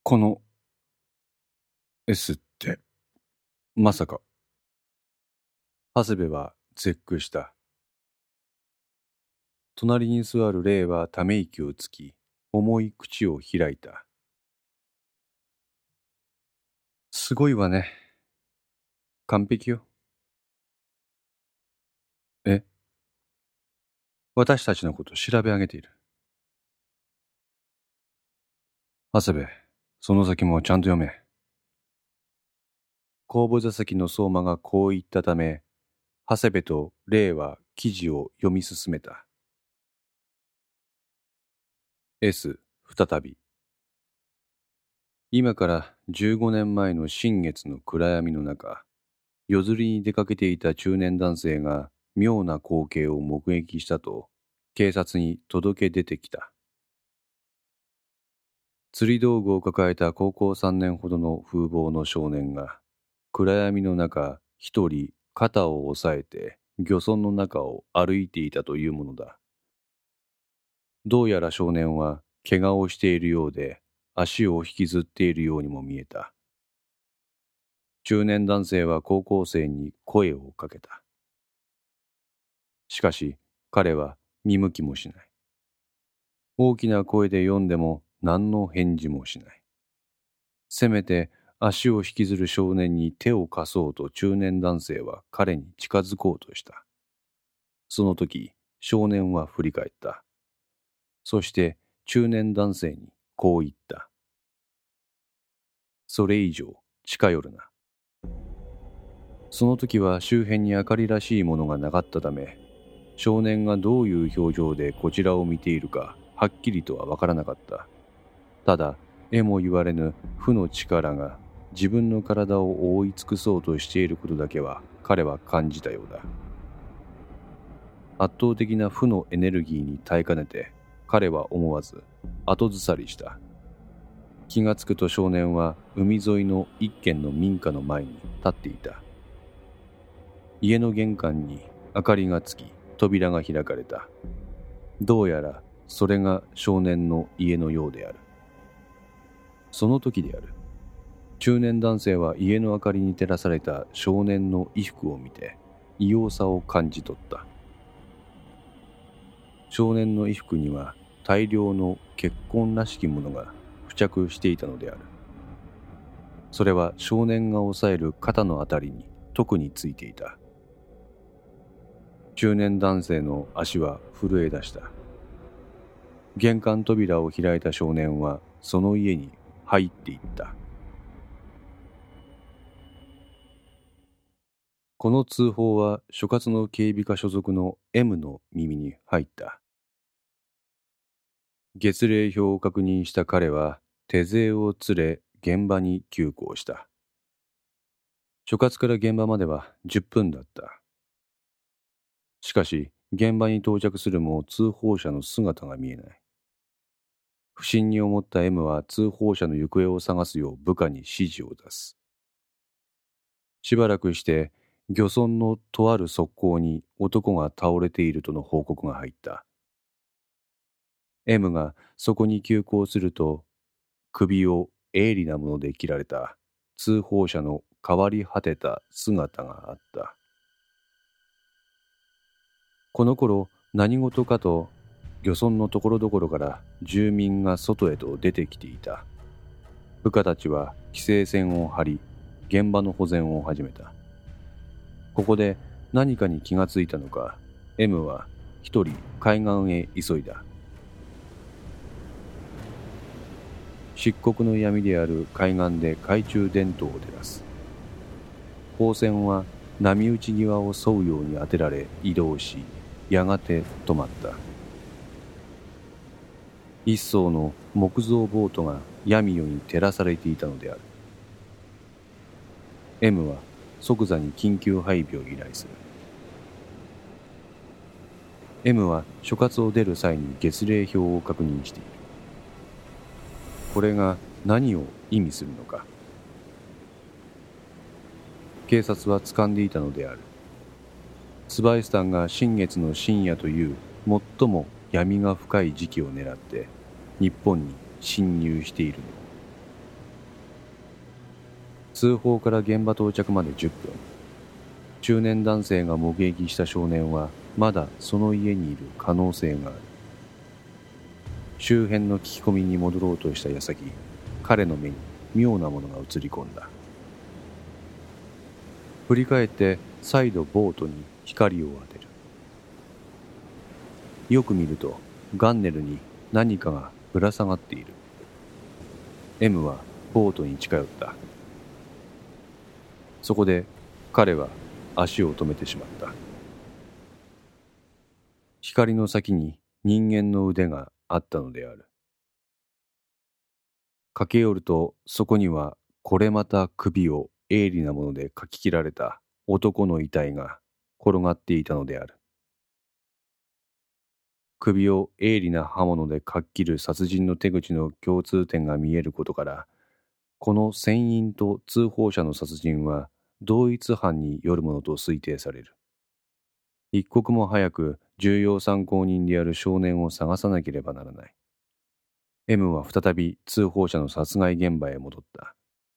この S ってまさか。長谷部は絶句した。隣に座るレイはため息をつき、重い口を開いた。すごいわね。完璧よ。え、私たちのこと調べ上げている。長谷部、その先もちゃんと読め。後部座席の相馬がこう言ったため、長谷部とレイは記事を読み進めた。S 再び。今から15年前の新月の暗闇の中、夜釣りに出かけていた中年男性が妙な光景を目撃したと警察に届け出てきた。釣り道具を抱えた高校3年ほどの風貌の少年が暗闇の中一人肩を押さえて漁村の中を歩いていたというものだ。どうやら少年は怪我をしているようで足を引きずっているようにも見えた。中年男性は高校生に声をかけた。しかし彼は見向きもしない。大きな声で読んでも何の返事もしない。せめて足を引きずる少年に手を貸そうと中年男性は彼に近づこうとした。その時少年は振り返った。そして中年男性にこう言った。それ以上近寄るな。その時は周辺に明かりらしいものがなかったため、少年がどういう表情でこちらを見ているかはっきりとはわからなかった。ただ、えも言われぬ負の力が自分の体を覆い尽くそうとしていることだけは彼は感じたようだ。圧倒的な負のエネルギーに耐えかねて、彼は思わず後ずさりした。気がつくと少年は海沿いの一軒の民家の前に立っていた。家の玄関に明かりがつき、扉が開かれた。どうやらそれが少年の家のようである。その時である。中年男性は家の明かりに照らされた少年の衣服を見て異様さを感じ取った。少年の衣服には大量の血痕らしきものが付着していたのである。それは少年が押さえる肩のあたりに特についていた。中年男性の足は震え出した。玄関扉を開いた少年はその家に入っていった。この通報は所轄の警備課所属の M の耳に入った。月齢表を確認した彼は手勢を連れ現場に急行した。所轄から現場までは10分だった。しかし現場に到着するも通報者の姿が見えない。不審に思った M は通報者の行方を探すよう部下に指示を出す。しばらくして漁村のとある側溝に男が倒れているとの報告が入った。M がそこに急行すると、首を鋭利なもので切られた通報者の変わり果てた姿があった。この頃何事かと漁村のところどころから住民が外へと出てきていた。部下たちは規制線を張り、現場の保全を始めた。ここで何かに気がついたのか、M は一人海岸へ急いだ。漆黒の闇である海岸で懐中電灯を照らす。光線は波打ち際を沿うように当てられ移動し、やがて止まった。一艘の木造ボートが闇夜に照らされていたのである。M は即座に緊急配備を依頼する。M は所轄を出る際に月齢表を確認している。これが何を意味するのか。警察は掴んでいたのである。スバイスタンが新月の深夜という最も闇が深い時期を狙って日本に侵入しているの。 通報から現場到着まで10分。中年男性が目撃した少年はまだその家にいる可能性がある。周辺の聞き込みに戻ろうとした矢先、彼の目に妙なものが映り込んだ。振り返って再度ボートに光を当てる。よく見るとガンネルに何かがぶら下がっている。M はボートに近寄った。そこで彼は足を止めてしまった。光の先に人間の腕があったのである。駆け寄るとそこにはこれまた首を鋭利なものでかき切られた男の遺体が転がっていたのである。首を鋭利な刃物でかっ切る殺人の手口の共通点が見えることから、この船員と通報者の殺人は同一犯によるものと推定される。一刻も早く重要参考人である少年を探さなければならない。M は再び通報者の殺害現場へ戻った。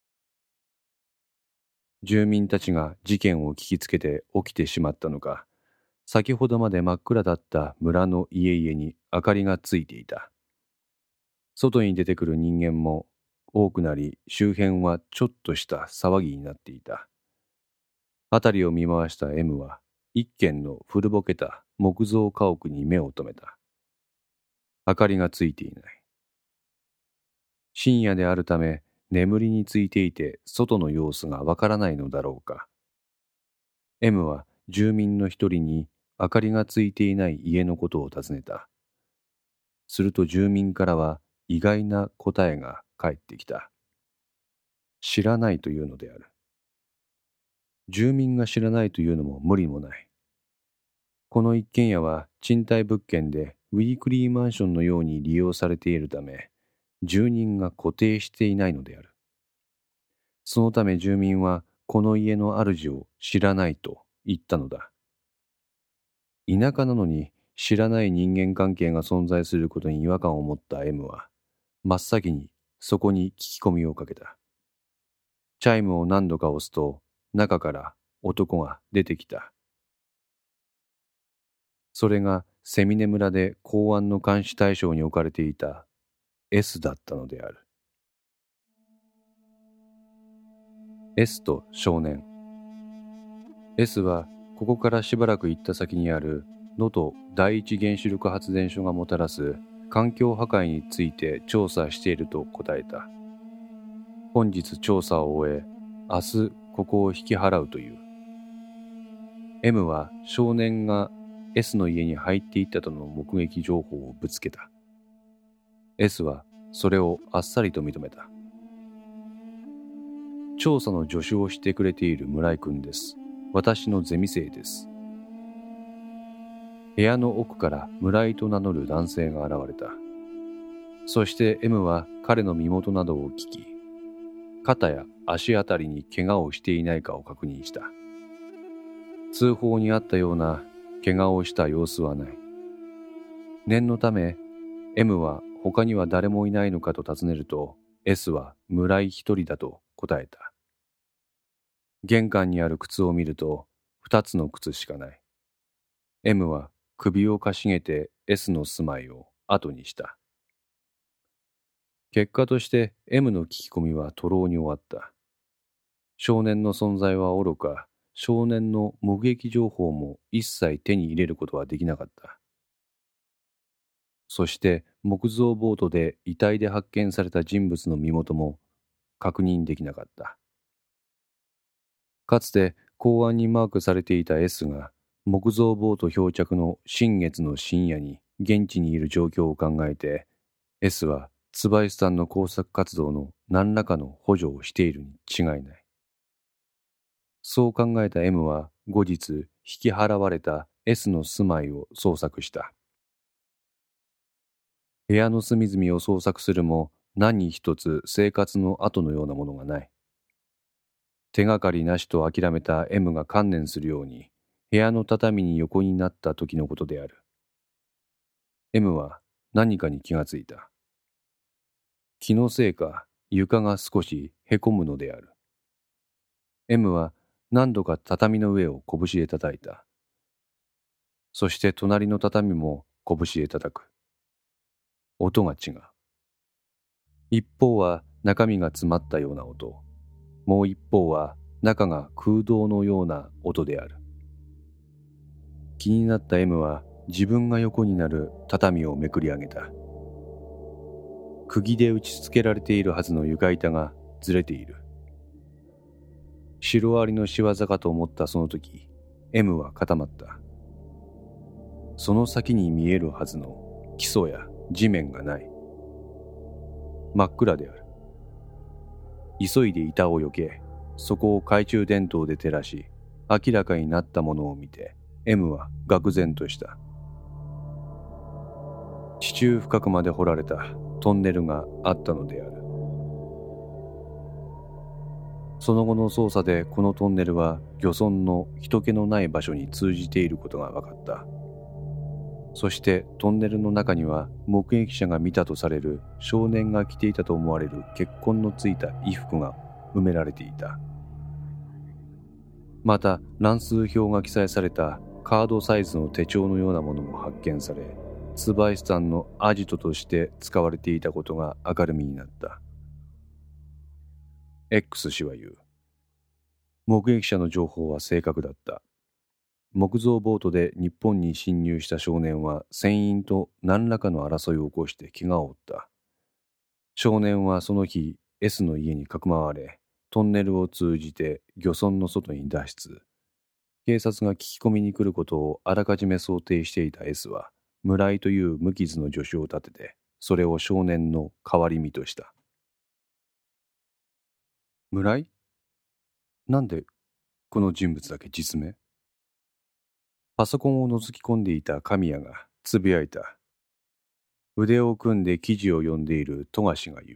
住民たちが事件を聞きつけて起きてしまったのか、先ほどまで真っ暗だった村の家々に明かりがついていた。外に出てくる人間も多くなり、周辺はちょっとした騒ぎになっていた。辺りを見回した M は一軒の古ぼけた木造家屋に目を留めた。明かりがついていない。深夜であるため眠りについていて外の様子がわからないのだろうか。M は住民の一人に明かりがついていない家のことを尋ねた。すると住民からは意外な答えが返ってきた。知らないというのである。住民が知らないというのも無理もない。この一軒家は賃貸物件でウィークリーマンションのように利用されているため、住人が固定していないのである。そのため住民はこの家の主を知らないと言ったのだ。田舎なのに知らない人間関係が存在することに違和感を持った M は真っ先にそこに聞き込みをかけた。チャイムを何度か押すと中から男が出てきた。それがセミネ村で公安の監視対象に置かれていた S だったのである。S と少年。S はここからしばらく行った先にある能登第一原子力発電所がもたらす環境破壊について調査していると答えた。本日調査を終え、明日ここを引き払うという。M は少年が S の家に入っていったとの目撃情報をぶつけた。S はそれをあっさりと認めた。調査の助手をしてくれている村井君です。私のゼミ生です。部屋の奥から村井と名乗る男性が現れた。そして M は彼の身元などを聞き、肩や足あたりに怪我をしていないかを確認した。通報にあったような怪我をした様子はない。念のため M は他には誰もいないのかと尋ねると S は村井一人だと答えた。玄関にある靴を見ると2つの靴しかない。M は首をかしげて S の住まいを後にした。結果として M の聞き込みは徒労に終わった。少年の存在はおろか、少年の目撃情報も一切手に入れることはできなかった。そして木造ボートで遺体で発見された人物の身元も確認できなかった。かつて公安にマークされていた S が木造ボート漂着の新月の深夜に現地にいる状況を考えて S は椿さんの工作活動の何らかの補助をしているに違いない。そう考えた M は後日引き払われた S の住まいを捜索した。部屋の隅々を捜索するも何一つ生活の跡のようなものがない。手がかりなしと諦めた M が観念するように部屋の畳に横になった時のことである。M は何かに気がついた。気のせいか床が少しへこむのである。 M は何度か畳の上を拳で叩いた。そして隣の畳も拳で叩く。音が違う。一方は中身が詰まったような音。もう一方は中が空洞のような音である。気になった M は自分が横になる畳をめくり上げた。釘で打ち付けられているはずの床板がずれている。シロアリの仕業かと思ったその時、M は固まった。その先に見えるはずの基礎や地面がない。真っ暗である。急いで板を避け、そこを懐中電灯で照らし、明らかになったものを見て、M は愕然とした。地中深くまで掘られたトンネルがあったのである。その後の捜査でこのトンネルは漁村の人気のない場所に通じていることが分かった。そしてトンネルの中には目撃者が見たとされる少年が着ていたと思われる血痕のついた衣服が埋められていた。また乱数表が記載されたカードサイズの手帳のようなものも発見され、ツバイスタンのアジトとして使われていたことが明るみになった。X 氏は言う。目撃者の情報は正確だった。木造ボートで日本に侵入した少年は船員と何らかの争いを起こして怪我を負った。少年はその日 S の家にかくまわれ、トンネルを通じて漁村の外に脱出。警察が聞き込みに来ることをあらかじめ想定していた S は村井という無傷の助手を立てて、それを少年の代わり身とした。村井？なんでこの人物だけ実名？パソコンを覗き込んでいた神谷がつぶやいた。腕を組んで記事を読んでいる富樫が言う。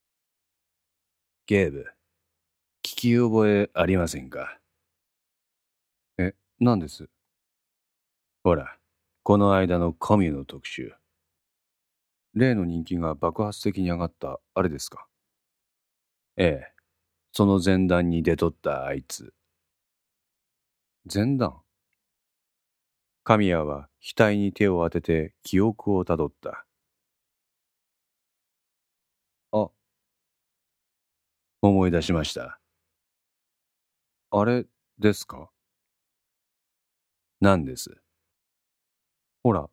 警部、聞き覚えありませんか？何です？ほら、この間のコミュの特集。例の人気が爆発的に上がったあれですか？ええ、その前段に出とったあいつ。前段？神谷は額に手を当てて記憶をたどった。あ、思い出しました。あれですか？何です？ほら、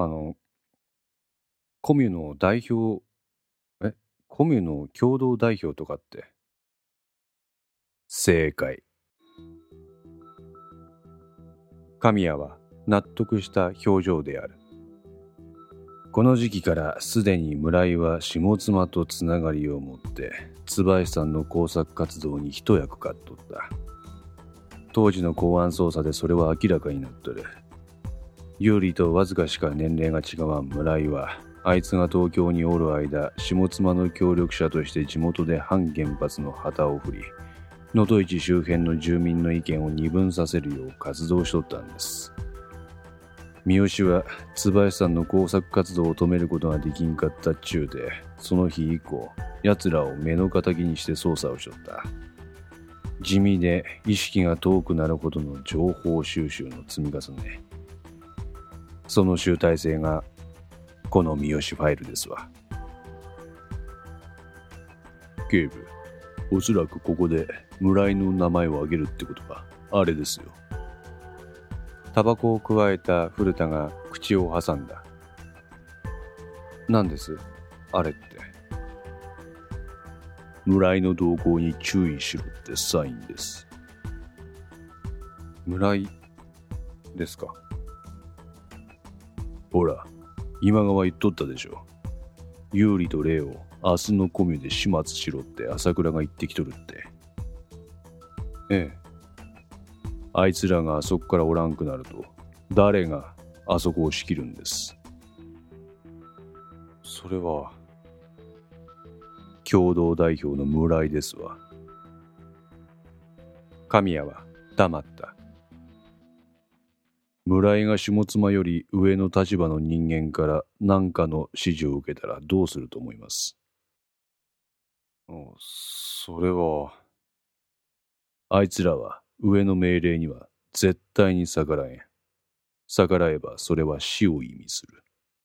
コミュの代表、コミュの共同代表とかって。正解。神谷は納得した表情である。この時期からすでに村井は下妻とつながりを持って椿さんの工作活動に一役買っとった。当時の公安捜査でそれは明らかになっとる。有利とわずかしか年齢が違わん村井は、あいつが東京におる間、下妻の協力者として地元で反原発の旗を振り、能登市周辺の住民の意見を二分させるよう活動しとったんです。三好は椿さんの工作活動を止めることができんかったっちゅうで、その日以降、奴らを目の敵にして捜査をしとった。地味で意識が遠くなるほどの情報収集の積み重ね。その集大成がこの三好ファイルですわ。警部、おそらくここで村井の名前を挙げるってことはあれですよ。タバコをくわえた古田が口を挟んだ。何です？あれって。村井の動向に注意しろってサインです。村井ですか？ほら、今川言っとったでしょ。有利と霊を明日のコミュで始末しろって朝倉が言ってきとるって。ええ。あいつらがあそこからおらんくなると、誰があそこを仕切るんです。それは、共同代表の村井ですわ。神谷は黙った。村井が下妻より上の立場の人間から何かの指示を受けたらどうすると思います？それは。 あいつらは上の命令には絶対に逆らえん。逆らえばそれは死を意味する。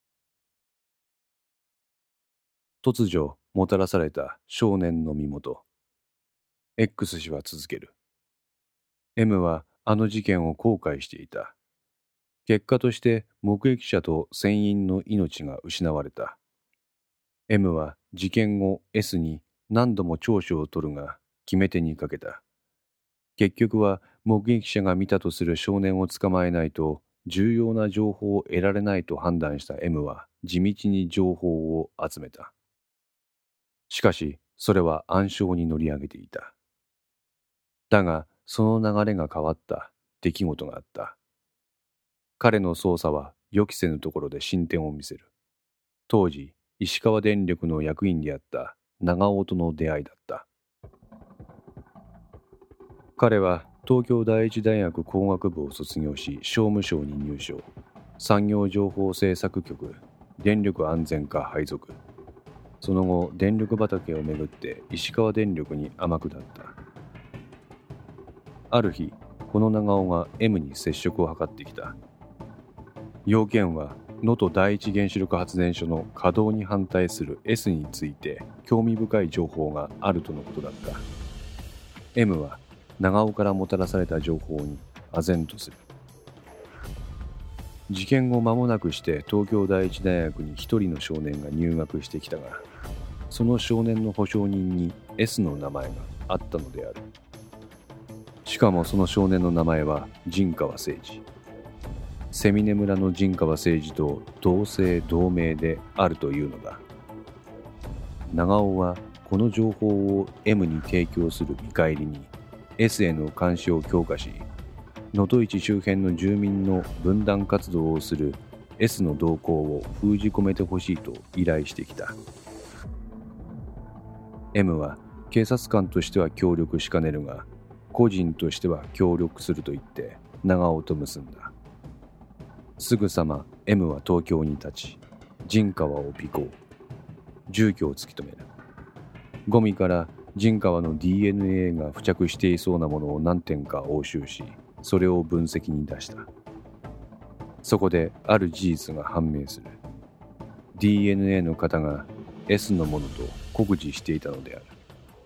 突如もたらされた少年の身元。X 氏は続ける。M はあの事件を後悔していた。結果として目撃者と船員の命が失われた。M は事件後 S に何度も聴取を取るが決め手にかけた。結局は目撃者が見たとする少年を捕まえないと重要な情報を得られないと判断した M は地道に情報を集めた。しかしそれは暗礁に乗り上げていた。だがその流れが変わった出来事があった。彼の捜査は予期せぬところで進展を見せる。当時石川電力の役員であった長尾との出会いだった。彼は東京第一大学工学部を卒業し商務省に入省。産業情報政策局電力安全課配属。その後電力畑をめぐって石川電力に天下った。ある日この長尾が M に接触を図ってきた。要件は能登第一原子力発電所の稼働に反対する S について興味深い情報があるとのことだった。 M は長尾からもたらされた情報に唖然とする。事件後間もなくして東京第一大学に一人の少年が入学してきたが、その少年の保証人に S の名前があったのである。しかもその少年の名前は陣川誠二。瀬峰村の陣川誠二と同姓同名であるというのだ。長尾はこの情報を M に提供する見返りに S への監視を強化し、能登市周辺の住民の分断活動をする S の動向を封じ込めてほしいと依頼してきた。 M は警察官としては協力しかねるが、個人としては協力すると言って長尾と結んだ。すぐさま M は東京に立ち、陣川を尾行。住居を突き止める。ゴミから陣川の DNA が付着していそうなものを何点か押収し、それを分析に出した。そこである事実が判明する。 DNA の型が S のものと酷似していたのである。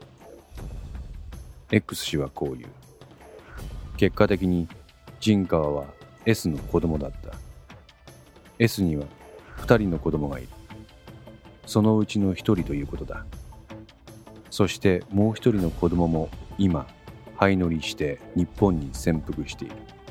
X 氏はこう言う。結果的に陣川は S の子供だった。 S には2人の子供がいる。そのうちの1人ということだ。そしてもう1人の子供も今相乗りして日本に潜伏している。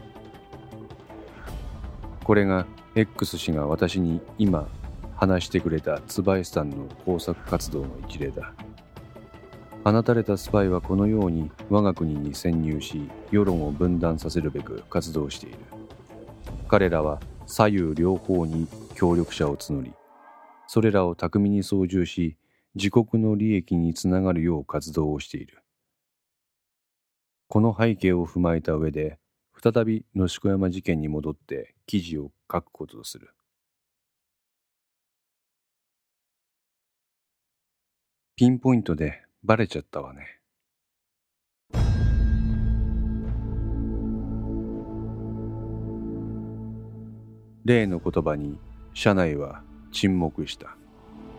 これが X 氏が私に今話してくれた椿さんの工作活動の一例だ。放たれたスパイはこのように我が国に潜入し、世論を分断させるべく活動している。彼らは左右両方に協力者を募り、それらを巧みに操縦し、自国の利益につながるよう活動をしている。この背景を踏まえた上で、再び野宿山事件に戻って記事を書くこととする。ピンポイントでバレちゃったわね。例の言葉に社内は沈黙した。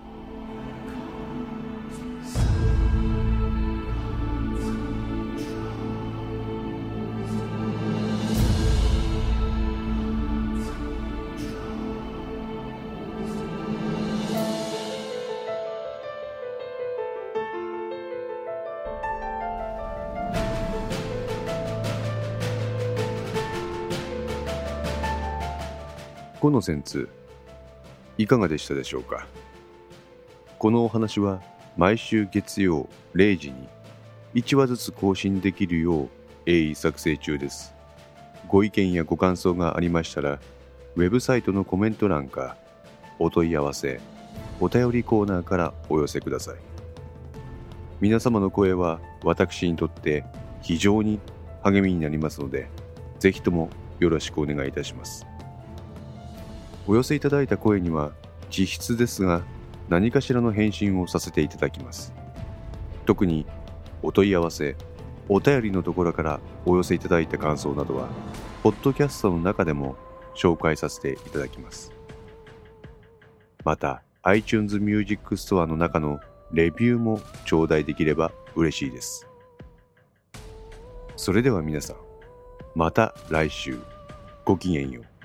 この旋通いかがでしたでしょうか。このお話は毎週月曜0時に1話ずつ更新できるよう鋭意作成中です。ご意見やご感想がありましたら、ウェブサイトのコメント欄かお問い合わせ、お便りコーナーからお寄せください。皆様の声は私にとって非常に励みになりますので、ぜひともよろしくお願いいたします。お寄せいただいた声には実質ですが何かしらの返信をさせていただきます。特にお問い合わせ、 お便りのところからお寄せいただいた感想などはポッドキャストの中でも紹介させていただきます。また iTunes Music Store の中のレビューも頂戴できれば嬉しいです。それでは皆さん、また来週ごきげんよう。